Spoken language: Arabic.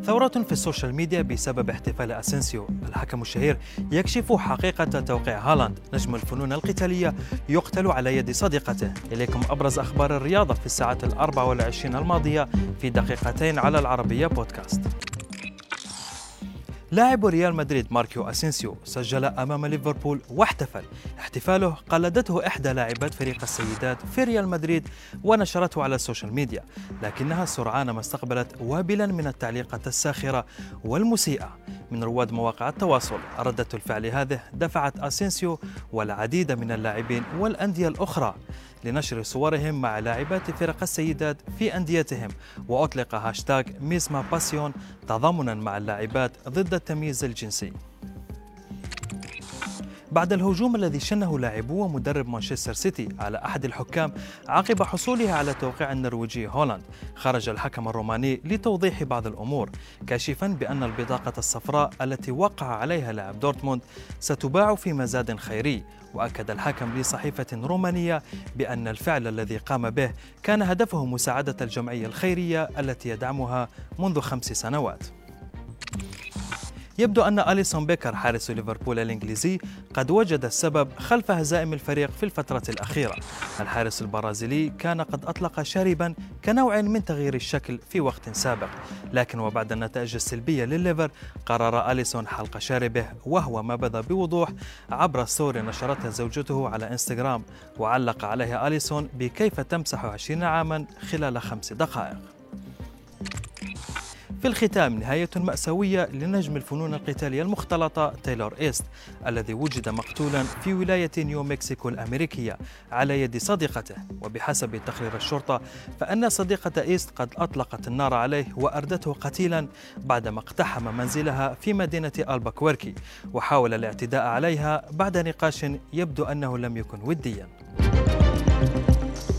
ثورة في السوشيال ميديا بسبب احتفال أسينسيو. الحكم الشهير يكشف حقيقة توقيع هالاند. نجم الفنون القتالية يقتل على يد صديقته. إليكم أبرز أخبار الرياضة في الساعات 24 الماضية في دقيقتين على العربية بودكاست. لاعب ريال مدريد ماركيو أسينسيو سجل أمام ليفربول واحتفل. احتفاله قلدته إحدى لاعبات فريق السيدات في ريال مدريد ونشرته على السوشيال ميديا، لكنها سرعان ما استقبلت وابلا من التعليقات الساخرة والمسيئة من رواد مواقع التواصل. ردة الفعل هذه دفعت أسينسيو والعديد من اللاعبين والأندية الأخرى لنشر صورهم مع لاعبات فرق السيدات في أنديتهم، وأطلق هاشتاغ ميزما باسيون تضامنا مع اللاعبات ضد التمييز الجنسي. بعد الهجوم الذي شنه لاعبو ومدرب مانشستر سيتي على أحد الحكام عقب حصوله على توقيع النرويجي هولاند، خرج الحكم الروماني لتوضيح بعض الأمور، كاشفا بأن البطاقة الصفراء التي وقع عليها لاعب دورتموند ستباع في مزاد خيري. وأكد الحكم لصحيفة رومانية بأن الفعل الذي قام به كان هدفه مساعدة الجمعية الخيرية التي يدعمها منذ 5 سنوات. يبدو أن أليسون بيكر حارس ليفربول الإنجليزي قد وجد السبب خلف هزائم الفريق في الفترة الأخيرة. الحارس البرازيلي كان قد أطلق شاربا كنوع من تغيير الشكل في وقت سابق، لكن وبعد النتائج السلبية لليفر قرر أليسون حلق شاربه، وهو ما بدا بوضوح عبر صور نشرتها زوجته على انستغرام، وعلق عليها أليسون بكيف تمسح 20 عاما خلال 5 دقائق. في الختام، نهاية مأساوية لنجم الفنون القتالية المختلطة تايلور إيست الذي وجد مقتولا في ولاية نيو مكسيكو الأمريكية على يد صديقته. وبحسب تقرير الشرطة فإن صديقة إيست قد أطلقت النار عليه وأردته قتيلا بعدما اقتحم منزلها في مدينة ألباكويركي، وحاول الاعتداء عليها بعد نقاش يبدو أنه لم يكن وديا.